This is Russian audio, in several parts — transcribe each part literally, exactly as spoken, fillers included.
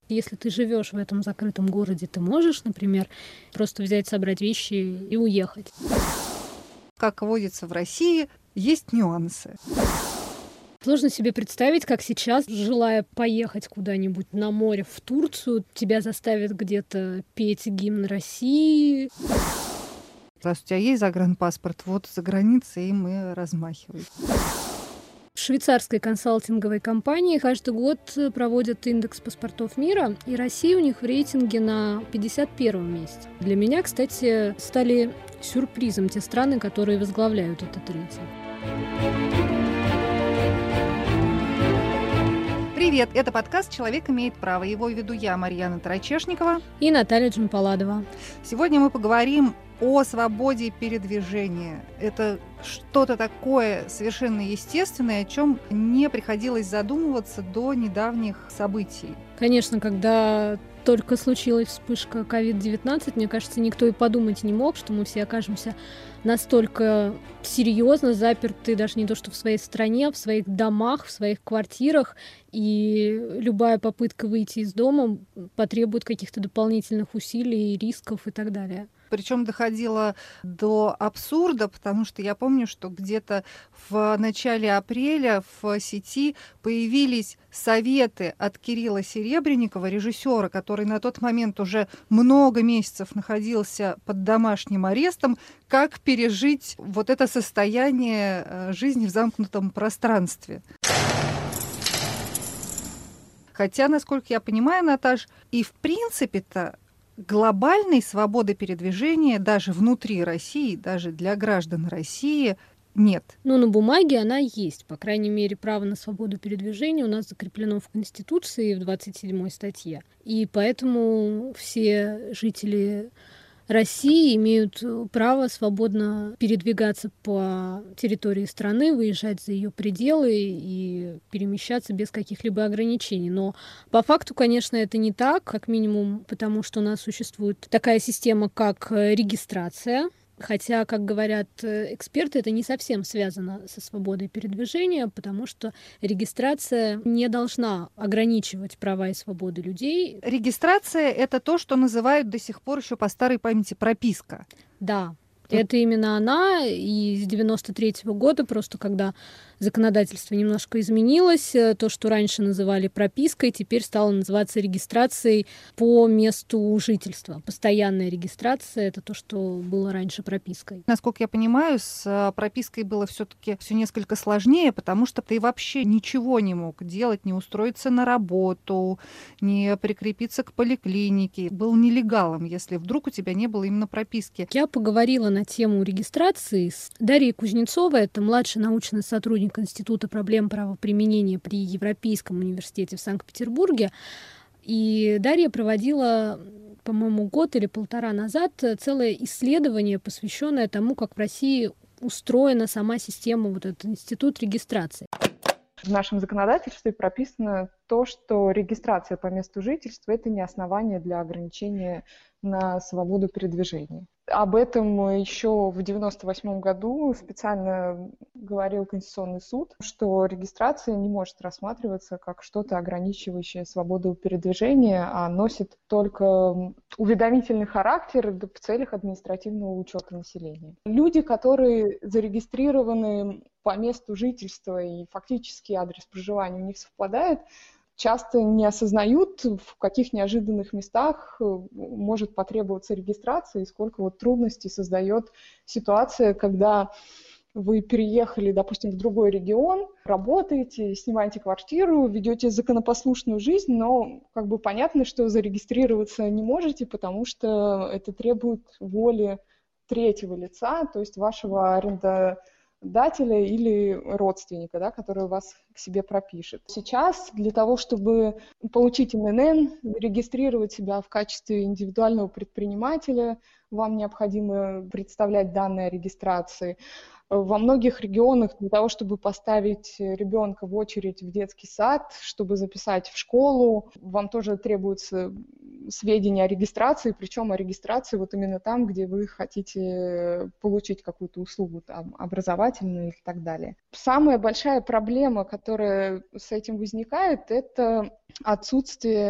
Если ты живешь в этом закрытом городе, ты можешь, например, просто взять, собрать вещи и уехать. Как водится в России, есть нюансы. Сложно себе представить, как сейчас, желая поехать куда-нибудь на море в Турцию, тебя заставят где-то петь гимн России. Раз у тебя есть загранпаспорт, вот за границей им и размахивай. В швейцарской консалтинговой компании каждый год проводят индекс паспортов мира, и Россия у них в рейтинге на пятьдесят первом месте. Для меня, кстати, стали сюрпризом те страны, которые возглавляют этот рейтинг. Привет, это подкаст «Человек имеет право». Его веду я, Марьяна Тарачешникова. И Наталья Джампаладова. Сегодня мы поговорим о свободе передвижения. Это что-то такое совершенно естественное, о чем не приходилось задумываться до недавних событий. Конечно, когда только случилась вспышка ковид девятнадцать, мне кажется, никто и подумать не мог, что мы все окажемся настолько серьезно заперты, даже не то что в своей стране, а в своих домах, в своих квартирах, и любая попытка выйти из дома потребует каких-то дополнительных усилий, рисков и так далее. Причем доходило до абсурда, потому что я помню, что где-то в начале апреля в сети появились советы от Кирилла Серебренникова, режиссера, который на тот момент уже много месяцев находился под домашним арестом, как пережить вот это состояние жизни в замкнутом пространстве. Хотя, насколько я понимаю, Наташ, и в принципе-то глобальной свободы передвижения даже внутри России, даже для граждан России нет. Ну, на бумаге она есть. По крайней мере, право на свободу передвижения у нас закреплено в Конституции в двадцать седьмой статье. И поэтому все жители России имеют право свободно передвигаться по территории страны, выезжать за ее пределы и перемещаться без каких-либо ограничений. Но по факту, конечно, это не так, как минимум, потому что у нас существует такая система, как регистрация. Хотя, как говорят эксперты, это не совсем связано со свободой передвижения, потому что регистрация не должна ограничивать права и свободы людей. Регистрация – это то, что называют до сих пор еще по старой памяти прописка. Да, это именно она, и с девяносто третьего года, просто когда законодательство немножко изменилось, то, что раньше называли пропиской, теперь стало называться регистрацией по месту жительства. Постоянная регистрация — это то, что было раньше пропиской. Насколько я понимаю, с пропиской было все-таки все несколько сложнее, потому что ты вообще ничего не мог делать, не устроиться на работу, не прикрепиться к поликлинике. Был нелегалом, если вдруг у тебя не было именно прописки. Я поговорила на тему регистрации с Дарьей Кузнецовой, это младший научный сотрудник Института проблем правоприменения при Европейском университете в Санкт-Петербурге. И Дарья проводила, по-моему, год или полтора назад целое исследование, посвященное тому, как в России устроена сама система, вот этот институт регистрации. В нашем законодательстве прописано то, что регистрация по месту жительства – это не основание для ограничения на свободу передвижения. Об этом еще в девяносто восьмом году специально говорил Конституционный суд, что регистрация не может рассматриваться как что-то ограничивающее свободу передвижения, а носит только уведомительный характер в целях административного учета населения. Люди, которые зарегистрированы по месту жительства и фактически адрес проживания у них совпадает, часто не осознают, в каких неожиданных местах может потребоваться регистрация и сколько вот трудностей создает ситуация, когда вы переехали, допустим, в другой регион, работаете, снимаете квартиру, ведете законопослушную жизнь, но как бы понятно, что зарегистрироваться не можете, потому что это требует воли третьего лица, то есть вашего арендодателя дателя или родственника, да, который вас к себе пропишет. Сейчас для того, чтобы получить эн эн эн, регистрировать себя в качестве индивидуального предпринимателя, вам необходимо представлять данные о регистрации. Во многих регионах для того, чтобы поставить ребенка в очередь в детский сад, чтобы записать в школу, вам тоже требуются сведения о регистрации, причем о регистрации вот именно там, где вы хотите получить какую-то услугу, там, образовательную и так далее. Самая большая проблема, которая с этим возникает, это отсутствие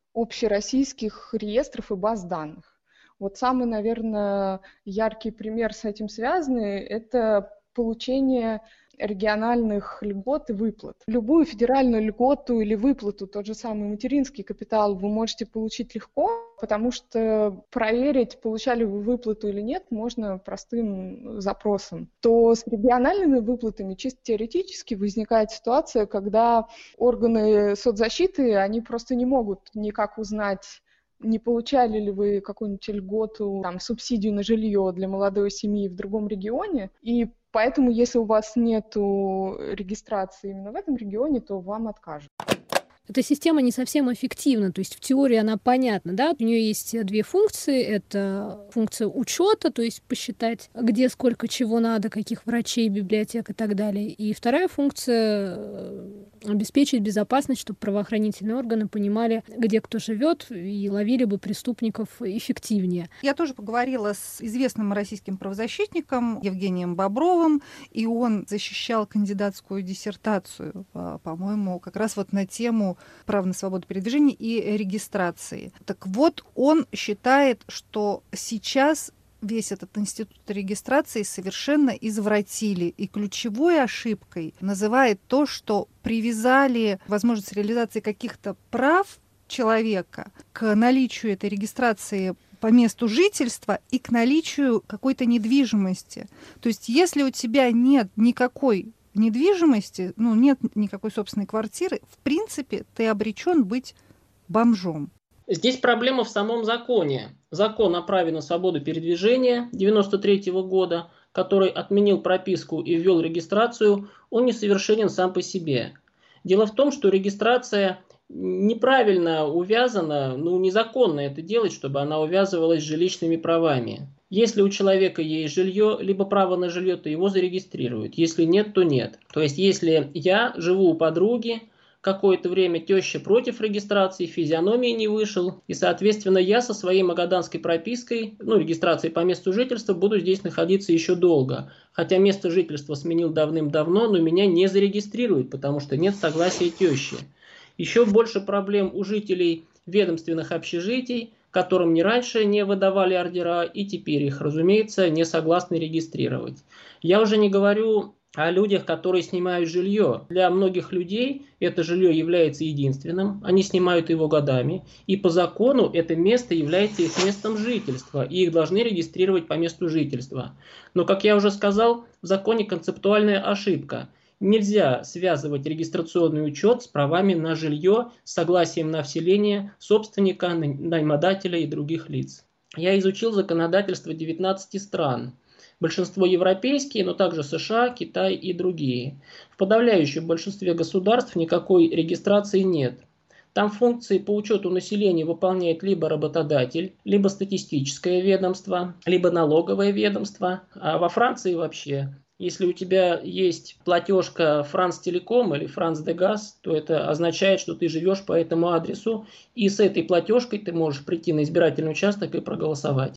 общероссийских реестров и баз данных. Вот самый, наверное, яркий пример с этим связанный – это получение региональных льгот и выплат. Любую федеральную льготу или выплату, тот же самый материнский капитал, вы можете получить легко, потому что проверить, получали вы выплату или нет, можно простым запросом. То с региональными выплатами чисто теоретически возникает ситуация, когда органы соцзащиты, они просто не могут никак узнать, не получали ли вы какую-нибудь льготу, там, субсидию на жилье для молодой семьи в другом регионе, и поэтому, если у вас нет регистрации именно в этом регионе, то вам откажут. Эта система не совсем эффективна, то есть в теории она понятна, да, у нее есть две функции, это функция учета, то есть посчитать, где сколько чего надо, каких врачей, библиотек и так далее, и вторая функция обеспечить безопасность, чтобы правоохранительные органы понимали, где кто живет, и ловили бы преступников эффективнее. Я тоже поговорила с известным российским правозащитником Евгением Бобровым, и он защищал кандидатскую диссертацию, по-моему, как раз вот на тему права на свободу передвижения и регистрации. Так вот, он считает, что сейчас весь этот институт регистрации совершенно извратили. И ключевой ошибкой называет то, что привязали возможность реализации каких-то прав человека к наличию этой регистрации по месту жительства и к наличию какой-то недвижимости. То есть если у тебя нет никакой недвижимости, ну, нет никакой собственной квартиры, в принципе, ты обречен быть бомжом. Здесь проблема в самом законе. Закон о праве на свободу передвижения девяносто третьего года, который отменил прописку и ввел регистрацию, он несовершенен сам по себе. Дело в том, что регистрация неправильно увязана, ну, незаконно это делать, чтобы она увязывалась с жилищными правами. Если у человека есть жилье, либо право на жилье, то его зарегистрируют. Если нет, то нет. То есть, если я живу у подруги, какое-то время теща против регистрации, физиономии не вышел, и, соответственно, я со своей магаданской пропиской, ну, регистрацией по месту жительства, буду здесь находиться еще долго. Хотя место жительства сменил давным-давно, но меня не зарегистрируют, потому что нет согласия тещи. Еще больше проблем у жителей ведомственных общежитий, которым ни раньше не выдавали ордера, и теперь их, разумеется, не согласны регистрировать. Я уже не говорю о людях, которые снимают жилье. Для многих людей это жилье является единственным, они снимают его годами, и по закону это место является их местом жительства, и их должны регистрировать по месту жительства. Но, как я уже сказал, в законе концептуальная ошибка. Нельзя связывать регистрационный учет с правами на жилье, с согласием на вселение собственника, наймодателя и других лиц. Я изучил законодательство девятнадцати стран. Большинство европейские, но также США, Китай и другие. В подавляющем большинстве государств никакой регистрации нет. Там функции по учету населения выполняет либо работодатель, либо статистическое ведомство, либо налоговое ведомство. А во Франции вообще, если у тебя есть платежка France Telecom или France de Gaz, то это означает, что ты живешь по этому адресу, и с этой платежкой ты можешь прийти на избирательный участок и проголосовать.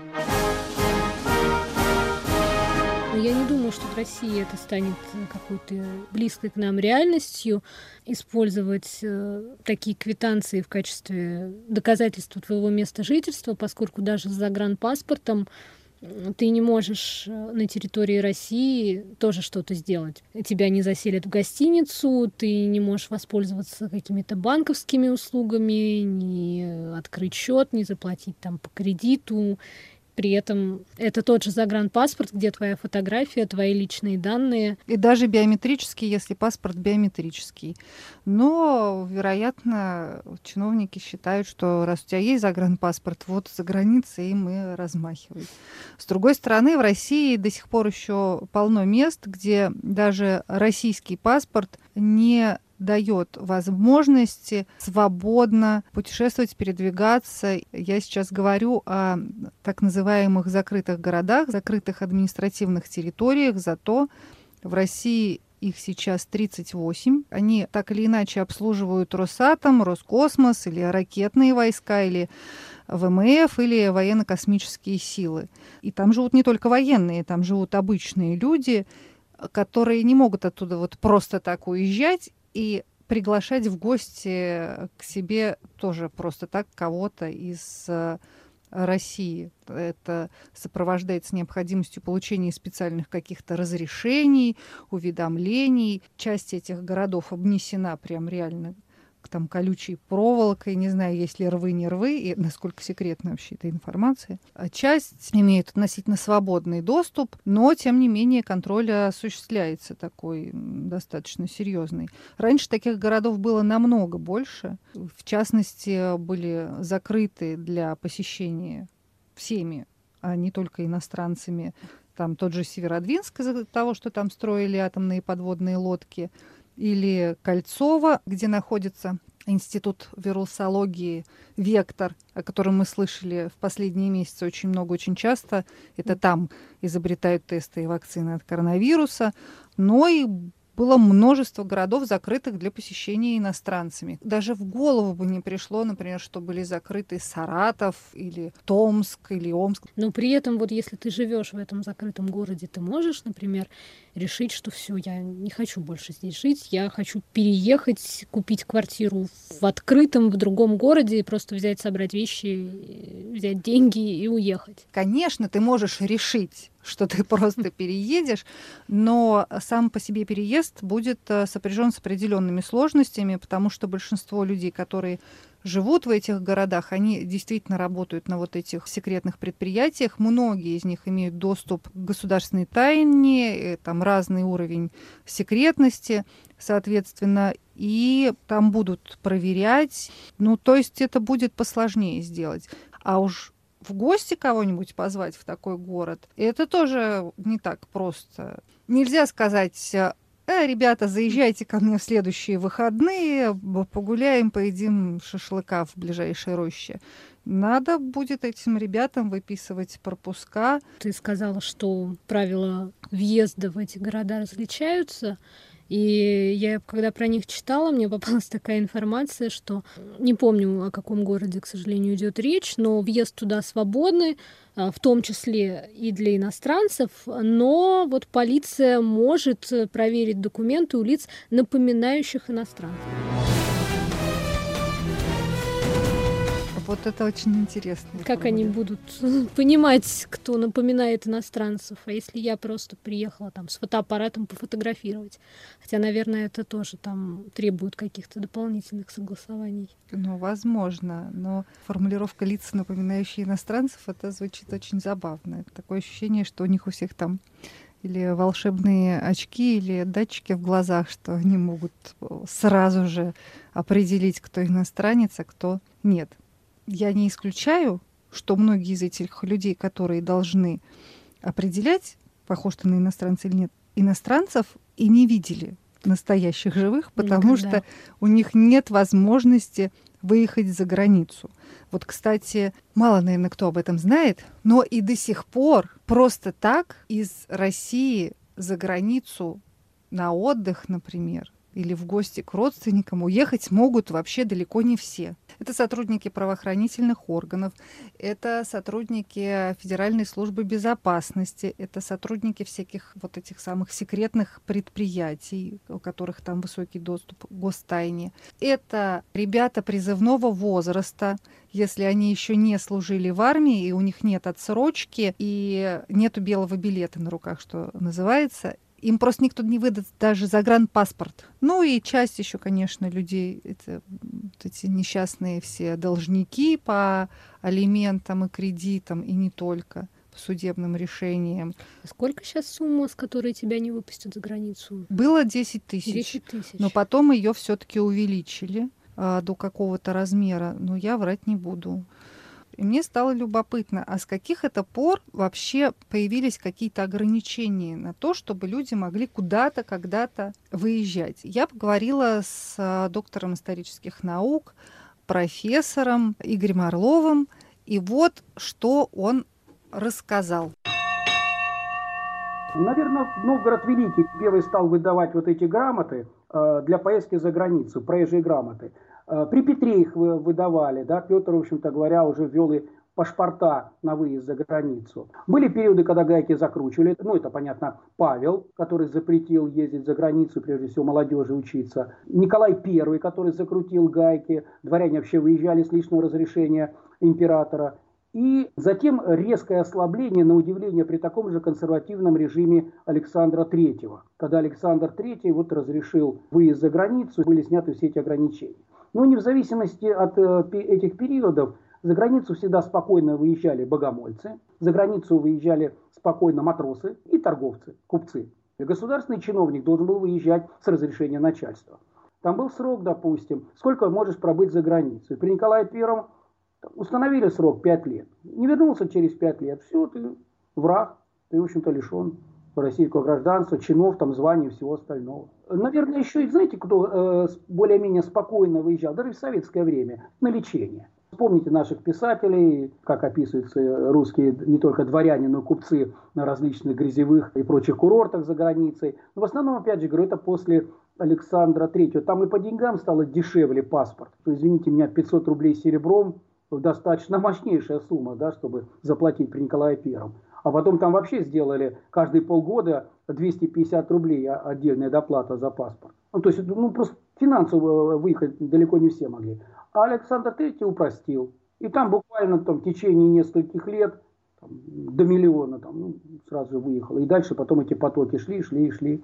Я не думаю, что в России это станет какой-то близкой к нам реальностью, использовать э, такие квитанции в качестве доказательства твоего места жительства, поскольку даже с загранпаспортом ты не можешь на территории России тоже что-то сделать. Тебя не заселят в гостиницу, ты не можешь воспользоваться какими-то банковскими услугами, не открыть счет, не заплатить там по кредиту. При этом это тот же загранпаспорт, где твоя фотография, твои личные данные. И даже биометрический, если паспорт биометрический. Но, вероятно, чиновники считают, что раз у тебя есть загранпаспорт, вот за границей им и размахивай. С другой стороны, в России до сих пор еще полно мест, где даже российский паспорт не дает возможности свободно путешествовать, передвигаться. Я сейчас говорю о так называемых закрытых городах, закрытых административных территориях, зато в России их сейчас тридцать восемь. Они так или иначе обслуживают Росатом, Роскосмос или ракетные войска, или ВМФ, или военно-космические силы. И там живут не только военные, там живут обычные люди, которые не могут оттуда вот просто так уезжать. И приглашать в гости к себе тоже просто так кого-то из России. Это сопровождается необходимостью получения специальных каких-то разрешений, уведомлений. Часть этих городов обнесена прям реально там колючей проволокой, не знаю, есть ли рвы, не рвы, и насколько секретна вообще эта информация. А часть имеет относительно свободный доступ, но, тем не менее, контроль осуществляется такой достаточно серьезный. Раньше таких городов было намного больше. В частности, были закрыты для посещения всеми, а не только иностранцами. Там тот же Северодвинск из-за того, что там строили атомные подводные лодки, или Кольцово, где находится Институт вирусологии «Вектор», о котором мы слышали в последние месяцы очень много, очень часто. Это там изобретают тесты и вакцины от коронавируса. Но и было множество городов, закрытых для посещения иностранцами. Даже в голову бы не пришло, например, что были закрыты Саратов или Томск или Омск. Но при этом, вот если ты живешь в этом закрытом городе, ты можешь, например, решить, что все, я не хочу больше здесь жить, я хочу переехать, купить квартиру в открытом, в другом городе и просто взять, собрать вещи, взять деньги и уехать. Конечно, ты можешь решить, что ты просто переедешь, но сам по себе переезд будет сопряжен с определенными сложностями, потому что большинство людей, которые живут в этих городах, они действительно работают на вот этих секретных предприятиях. Многие из них имеют доступ к государственной тайне, там разный уровень секретности, соответственно, и там будут проверять. Ну, то есть это будет посложнее сделать. А уж в гости кого-нибудь позвать в такой город, это тоже не так просто. Нельзя сказать: э, ребята, заезжайте ко мне в следующие выходные, погуляем, поедим шашлыка в ближайшей роще. Надо будет этим ребятам выписывать пропуска. Ты сказала, что правила въезда в эти города различаются. И я, когда про них читала, мне попалась такая информация, что не помню, о каком городе, к сожалению, идет речь, но въезд туда свободный, в том числе и для иностранцев, но вот полиция может проверить документы у лиц, напоминающих иностранцев. Вот это очень интересно. Как они будут понимать, кто напоминает иностранцев, а если я просто приехала там с фотоаппаратом пофотографировать? Хотя, наверное, это тоже там требует каких-то дополнительных согласований. Ну, возможно, но формулировка «лица, напоминающие иностранцев», это звучит очень забавно. Это такое ощущение, что у них у всех там или волшебные очки, или датчики в глазах, что они могут сразу же определить, кто иностранец, а кто нет. Я не исключаю, что многие из этих людей, которые должны определять, похож ты на иностранца или нет, иностранцев и не видели настоящих живых, потому Никогда. Что у них нет возможности выехать за границу. Вот, кстати, мало, наверное, кто об этом знает, но и до сих пор просто так из России за границу на отдых, например, или в гости к родственникам уехать могут вообще далеко не все. Это сотрудники правоохранительных органов, это сотрудники Федеральной службы безопасности, это сотрудники всяких вот этих самых секретных предприятий, у которых там высокий доступ к гостайне. Это ребята призывного возраста, если они еще не служили в армии, и у них нет отсрочки, и нету белого билета на руках, что называется. Им просто никто не выдаст даже загранпаспорт. Ну и часть еще, конечно, людей, это вот эти несчастные все должники по алиментам и кредитам, и не только, по судебным решениям. Сколько сейчас сумма, с которой тебя не выпустят за границу? Было десять тысяч. десять тысяч. Но потом ее все-таки увеличили а, до какого-то размера. Но я врать не буду. И мне стало любопытно, а с каких это пор вообще появились какие-то ограничения на то, чтобы люди могли куда-то, когда-то выезжать? Я поговорила с доктором исторических наук, профессором Игорем Орловым, и вот что он рассказал. Наверное, Новгород Великий первый стал выдавать вот эти грамоты э, для поездки за границу, проезжие грамоты. При Петре их выдавали, да, Петр, в общем-то говоря, уже ввел и паспорта на выезд за границу. Были периоды, когда гайки закручивали. Ну, это, понятно, Павел, который запретил ездить за границу, прежде всего молодежи учиться. Николай Первый, который закрутил гайки. Дворяне вообще выезжали с личного разрешения императора. И затем резкое ослабление, на удивление, при таком же консервативном режиме Александра Третьего. Когда Александр Третий вот разрешил выезд за границу, были сняты все эти ограничения. Но не в зависимости от этих периодов, за границу всегда спокойно выезжали богомольцы, за границу выезжали спокойно матросы и торговцы, купцы. И государственный чиновник должен был выезжать с разрешения начальства. Там был срок, допустим, сколько можешь пробыть за границей. При Николае Первом установили срок пять лет. Не вернулся через пять лет. Все, ты враг, ты, в общем-то, лишен российского гражданства, чинов, там, званий и всего остального. Наверное, еще и, знаете, кто э, более-менее спокойно выезжал, даже в советское время, на лечение. Вспомните наших писателей, как описываются русские не только дворяне, но и купцы на различных грязевых и прочих курортах за границей. Но в основном, опять же, говорю, это после Александра Третьего. Там и по деньгам стало дешевле паспорт. То, извините меня, пятьсот рублей серебром достаточно мощнейшая сумма, да, чтобы заплатить при Николае Первом. А потом там вообще сделали каждые полгода двести пятьдесят рублей отдельная доплата за паспорт. Ну, то есть, ну, просто финансово выехать далеко не все могли. А Александр Третий упростил. И там буквально там, в течение нескольких лет там, до миллиона там, ну, сразу же выехало. И дальше потом эти потоки шли, шли и шли.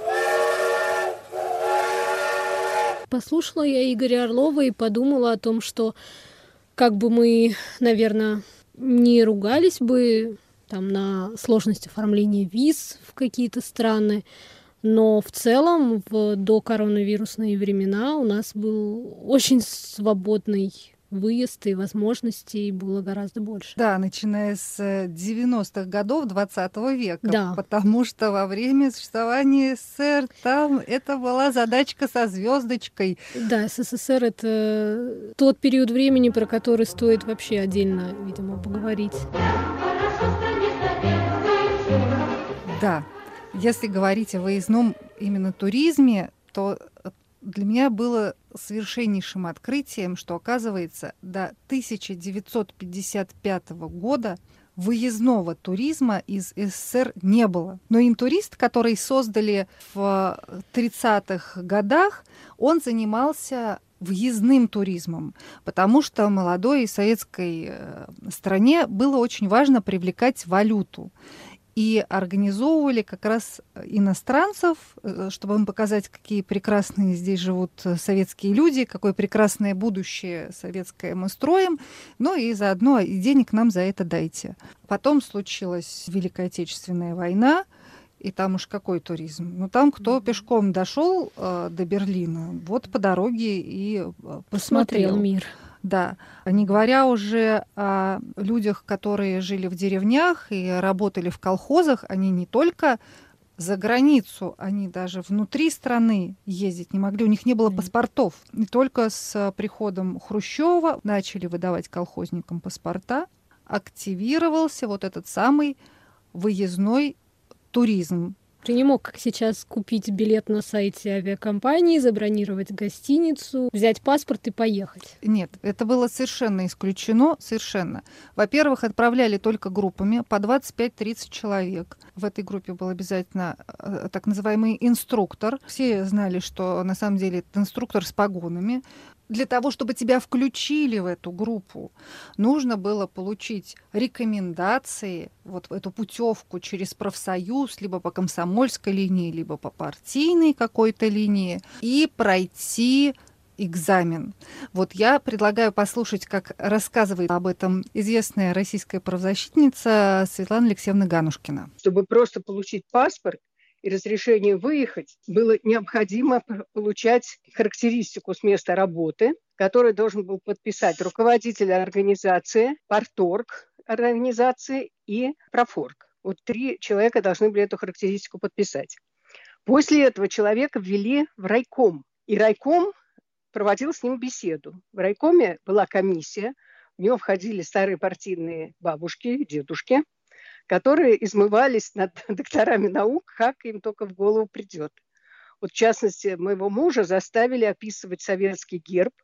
Послушала я Игоря Орлова и подумала о том, что как бы мы, наверное, не ругались бы там, на сложность оформления виз в какие-то страны, но в целом в докоронавирусные времена у нас был очень свободный выезд и возможностей было гораздо больше. Да, начиная с девяностых годов двадцатого века, да. Потому что во время существования СССР там это была задачка со звездочкой. Да, СССР — это тот период времени, про который стоит вообще отдельно, видимо, поговорить. Да, если говорить о выездном именно туризме, то для меня было совершеннейшим открытием, что, оказывается, до тысяча девятьсот пятьдесят пятого года выездного туризма из СССР не было. Но интурист, который создали в тридцатых годах, он занимался въездным туризмом, потому что молодой советской стране было очень важно привлекать валюту. И организовывали как раз иностранцев, чтобы им показать, какие прекрасные здесь живут советские люди, какое прекрасное будущее советское мы строим, ну и заодно и денег нам за это дайте. Потом случилась Великая Отечественная война, и там уж какой туризм? Ну там кто пешком дошел э, до Берлина, вот по дороге и посмотрел, посмотрел мир. Да, не говоря уже о людях, которые жили в деревнях и работали в колхозах, они не только за границу, они даже внутри страны ездить не могли, у них не было паспортов. И только с приходом Хрущева начали выдавать колхозникам паспорта, активировался вот этот самый выездной туризм. Ты не мог, как сейчас, купить билет на сайте авиакомпании, забронировать гостиницу, взять паспорт и поехать. Нет, это было совершенно исключено, совершенно. Во-первых, отправляли только группами по двадцать пять - тридцать человек. В этой группе был обязательно э, так называемый инструктор. Все знали, что на самом деле это инструктор с погонами. Для того, чтобы тебя включили в эту группу, нужно было получить рекомендации, вот эту путевку через профсоюз, либо по комсомольской линии, либо по партийной какой-то линии, и пройти экзамен. Вот я предлагаю послушать, как рассказывает об этом известная российская правозащитница Светлана Алексеевна Ганушкина. Чтобы просто получить паспорт и разрешение выехать, было необходимо получать характеристику с места работы, которую должен был подписать руководитель организации, парторг организации и профорг. Вот три человека должны были эту характеристику подписать. После этого человека ввели в райком, и райком проводил с ним беседу. В райкоме была комиссия, в нее входили старые партийные бабушки, дедушки, которые измывались над докторами наук, как им только в голову придет. Вот в частности, моего мужа заставили описывать советский герб, и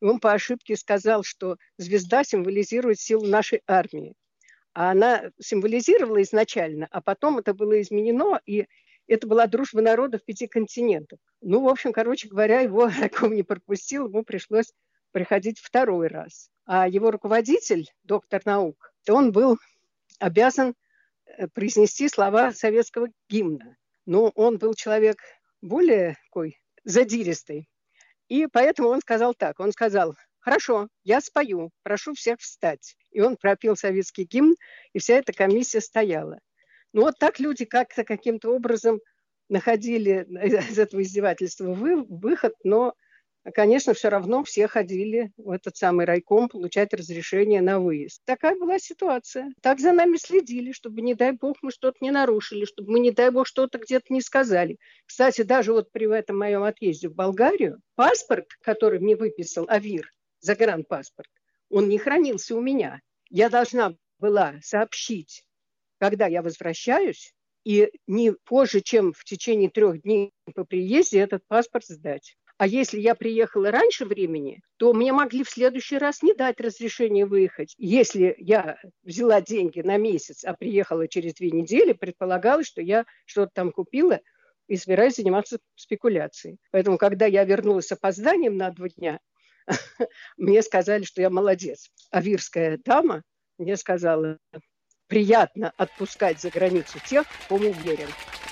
Он по ошибке сказал, что звезда символизирует силу нашей армии. А она символизировала изначально, а потом это было изменено, и это была дружба народов пяти континентов. Ну, в общем, короче говоря, его райком не пропустил, ему пришлось приходить второй раз. А его руководитель, доктор наук, он был обязан произнести слова советского гимна. Но он был человек более такой задиристый. И поэтому он сказал так. Он сказал: хорошо, я спою, прошу всех встать. И он пропел советский гимн, и вся эта комиссия стояла. Ну вот так люди как-то каким-то образом находили из этого издевательства выход, но, конечно, все равно все ходили в этот самый райком получать разрешение на выезд. Такая была ситуация. Так за нами следили, чтобы, не дай бог, мы что-то не нарушили, чтобы мы, не дай бог, что-то где-то не сказали. Кстати, даже вот при этом моем отъезде в Болгарию паспорт, который мне выписал АВИР, загранпаспорт, он не хранился у меня. Я должна была сообщить, когда я возвращаюсь, и не позже, чем в течение трех дней по приезде этот паспорт сдать. А если я приехала раньше времени, то мне могли в следующий раз не дать разрешение выехать. Если я взяла деньги на месяц, а приехала через две недели, предполагалось, что я что-то там купила и собираюсь заниматься спекуляцией. Поэтому, когда я вернулась с опозданием на два дня, мне сказали, что я молодец. Авирская дама мне сказала: приятно отпускать за границу тех, кому верен.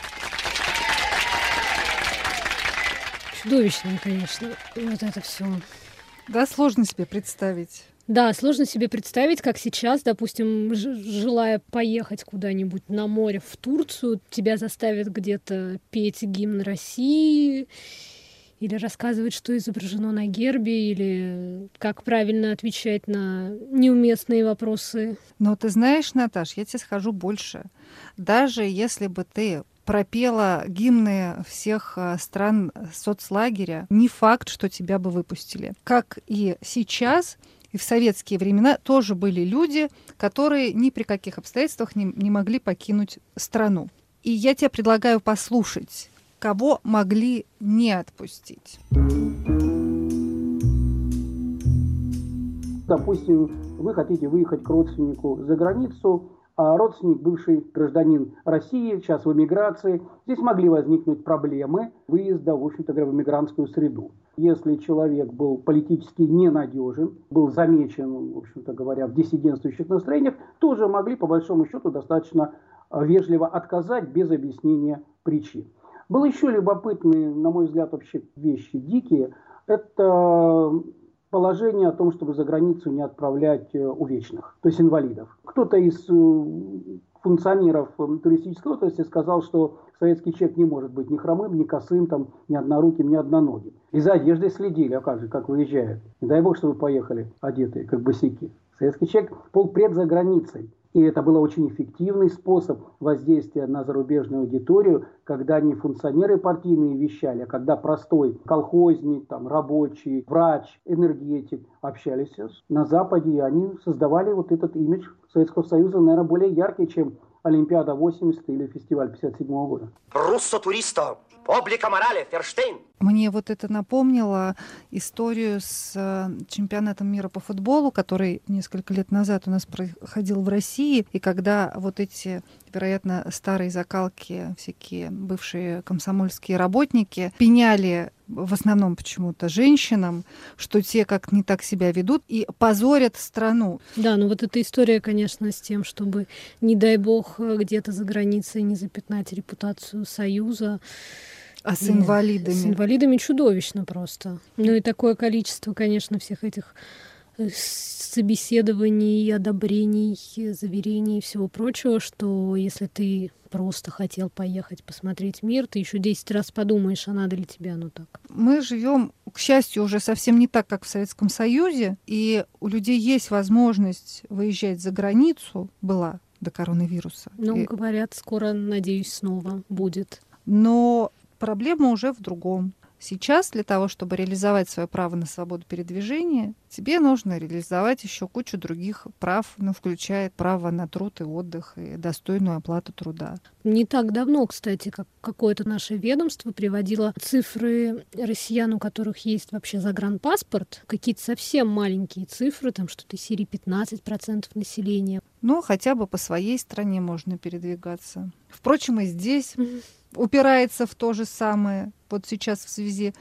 Чудовищно, конечно, вот это все. Да, сложно себе представить. Да, сложно себе представить, как сейчас, допустим, ж- желая поехать куда-нибудь на море в Турцию, тебя заставят где-то петь гимн России или рассказывать, что изображено на гербе, или как правильно отвечать на неуместные вопросы. Но ты знаешь, Наташ, я тебе скажу больше. Даже если бы ты пропела гимны всех стран соцлагеря, не факт, что тебя бы выпустили. Как и сейчас, и в советские времена тоже были люди, которые ни при каких обстоятельствах не, не могли покинуть страну. И я тебе предлагаю послушать, кого могли не отпустить. Допустим, вы хотите выехать к родственнику за границу, а родственник, бывший гражданин России, сейчас в эмиграции. Здесь могли возникнуть проблемы выезда, в общем-то говоря, в эмигрантскую среду. Если человек был политически ненадежен, был замечен, в общем-то говоря, в диссидентствующих настроениях, тоже могли, по большому счету, достаточно вежливо отказать без объяснения причин. Было еще любопытные, на мой взгляд, вообще вещи дикие. Это положение о том, чтобы за границу не отправлять увечных, то есть инвалидов. Кто-то из функционеров туристической отрасли сказал, что советский человек не может быть ни хромым, ни косым, там, ни одноруким, ни одноногим. И за одеждой следили, а как же, как выезжают. Не дай бог, что вы поехали одетые, как босяки. Советский человек полпред за границей. И это был очень эффективный способ воздействия на зарубежную аудиторию, когда не функционеры партийные вещали, а когда простой колхозник, там, рабочий, врач, энергетик общались на Западе, и они создавали вот этот имидж Советского Союза, наверное, более яркий, чем Олимпиада восемьдесят или фестиваль пятьдесят седьмого года. Руссо-туристо, облика морали, Ферштейн. Мне вот это напомнило историю с чемпионатом мира по футболу, который несколько лет назад у нас проходил в России, и когда вот эти, вероятно, старые закалки, всякие бывшие комсомольские работники пеняли в основном почему-то женщинам, что те как не так себя ведут и позорят страну. Да, ну вот эта история, конечно, с тем, чтобы, не дай бог, где-то за границей не запятнать репутацию Союза. А с инвалидами? С инвалидами чудовищно просто. Ну и такое количество, конечно, всех этих собеседований, одобрений, заверений и всего прочего, что если ты просто хотел поехать посмотреть мир, ты еще десять раз подумаешь, а надо ли тебе оно так. Мы живем, к счастью, уже совсем не так, как в Советском Союзе, и у людей есть возможность выезжать за границу, была до коронавируса. Ну, и... говорят, скоро, надеюсь, снова будет. Но проблема уже в другом. Сейчас для того, чтобы реализовать свое право на свободу передвижения, тебе нужно реализовать еще кучу других прав, ну, включая право на труд и отдых, и достойную оплату труда. Не так давно, кстати, как какое-то наше ведомство приводило цифры россиян, у которых есть вообще загранпаспорт, какие-то совсем маленькие цифры, там что-то из серии пятнадцать процентов населения. Но хотя бы по своей стране можно передвигаться. Впрочем, и здесь упирается в то же самое. Вот сейчас в связи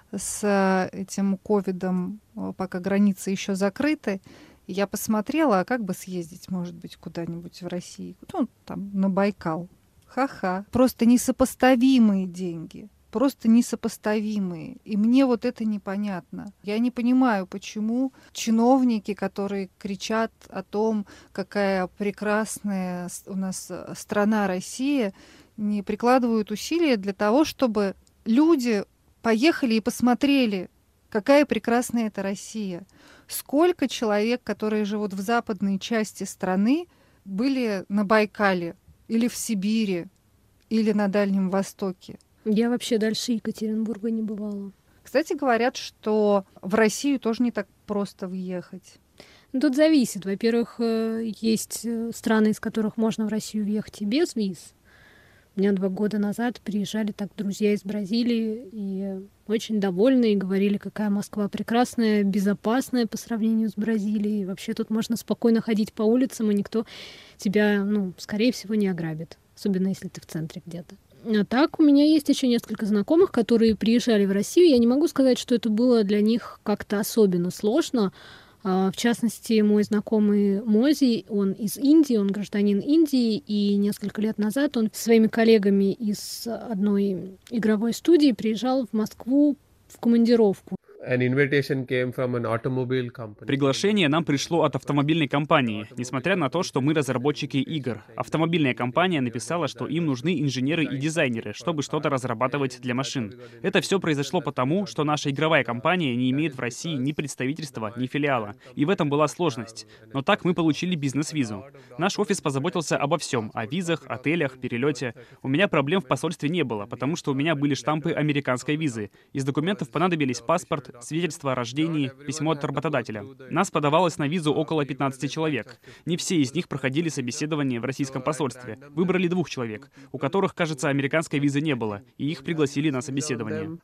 с этим ковидом, пока границы еще закрыты, я посмотрела, а как бы съездить, может быть, куда-нибудь в России, ну, там, на Байкал. Ха-ха. Просто несопоставимые деньги. Просто несопоставимые. И мне вот это непонятно. Я не понимаю, почему чиновники, которые кричат о том, какая прекрасная у нас страна Россия, не прикладывают усилия для того, чтобы люди поехали и посмотрели, какая прекрасная эта Россия. Сколько человек, которые живут в западной части страны, были на Байкале или в Сибири, или на Дальнем Востоке. Я вообще дальше Екатеринбурга не бывала. Кстати, говорят, что в Россию тоже не так просто въехать. Тут зависит. Во-первых, есть страны, из которых можно в Россию въехать и без виз. У меня два года назад приезжали так друзья из Бразилии и очень довольны, и говорили, какая Москва прекрасная, безопасная по сравнению с Бразилией. Вообще тут можно спокойно ходить по улицам, и никто тебя, ну, скорее всего, не ограбит. Особенно если ты в центре где-то. А так, у меня есть еще несколько знакомых, которые приезжали в Россию. Я не могу сказать, что это было для них как-то особенно сложно. В частности, мой знакомый Мози, он из Индии, он гражданин Индии, и несколько лет назад он со своими коллегами из одной игровой студии приезжал в Москву в командировку. Приглашение нам пришло от автомобильной компании, несмотря на то, что мы разработчики игр. Автомобильная компания написала, что им нужны инженеры и дизайнеры, чтобы что-то разрабатывать для машин. Это все произошло потому, что наша игровая компания не имеет в России ни представительства, ни филиала. И в этом была сложность. Но так мы получили бизнес-визу. Наш офис позаботился обо всем, о визах, отелях, перелете. У меня проблем в посольстве не было, потому что у меня были штампы американской визы. Из документов понадобились паспорт, свидетельство о рождении, письмо от работодателя. Нас подавалось на визу около пятнадцати человек. Не все из них проходили собеседование в российском посольстве. Выбрали двух человек, у которых, кажется, американской визы не было, и их пригласили на собеседование.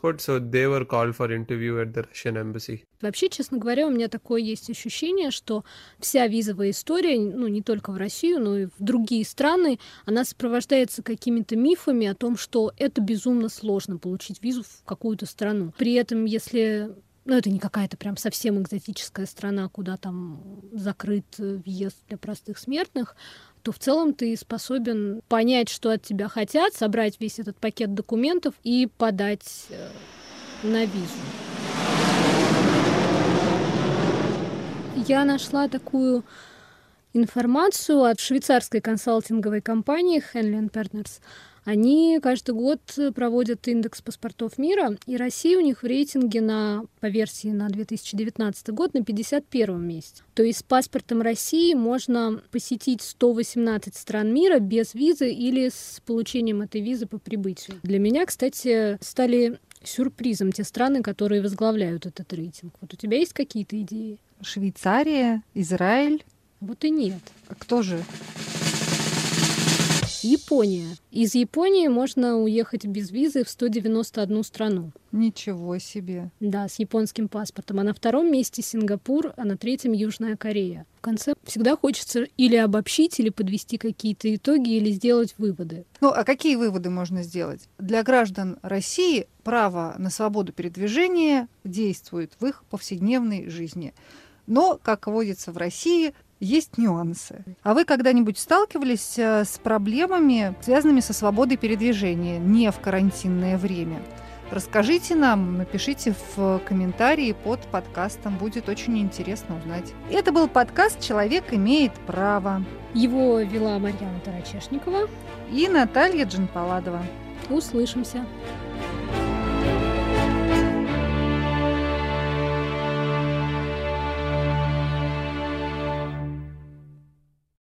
Вообще, честно говоря, у меня такое есть ощущение, что вся визовая история, ну, не только в Россию, но и в другие страны, она сопровождается какими-то мифами о том, что это безумно сложно получить визу в какую-то страну. При этом, если ну, это не какая-то прям совсем экзотическая страна, куда там закрыт въезд для простых смертных, то в целом ты способен понять, что от тебя хотят, собрать весь этот пакет документов и подать на визу. Я нашла такую информацию от швейцарской консалтинговой компании Henley энд Partners. Они каждый год проводят индекс паспортов мира, и Россия у них в рейтинге на, по версии на две тысячи девятнадцатый год на пятьдесят первом месте. То есть с паспортом России можно посетить сто восемнадцать стран мира без визы или с получением этой визы по прибытию. Для меня, кстати, стали сюрпризом те страны, которые возглавляют этот рейтинг. Вот у тебя есть какие-то идеи? Швейцария, Израиль. Вот и нет. А кто же? Япония. Из Японии можно уехать без визы в сто девяносто одну страну. Ничего себе. Да, с японским паспортом. А на втором месте Сингапур, а на третьем Южная Корея. В конце всегда хочется или обобщить, или подвести какие-то итоги, или сделать выводы. Ну, а какие выводы можно сделать? Для граждан России право на свободу передвижения действует в их повседневной жизни. Но, как водится в России, есть нюансы. А вы когда-нибудь сталкивались с проблемами, связанными со свободой передвижения не в карантинное время? Расскажите нам, напишите в комментарии под подкастом, будет очень интересно узнать. Это был подкаст «Человек имеет право». Его вела Марьяна Тарачешникова и Наталья Джанпаладова. Услышимся.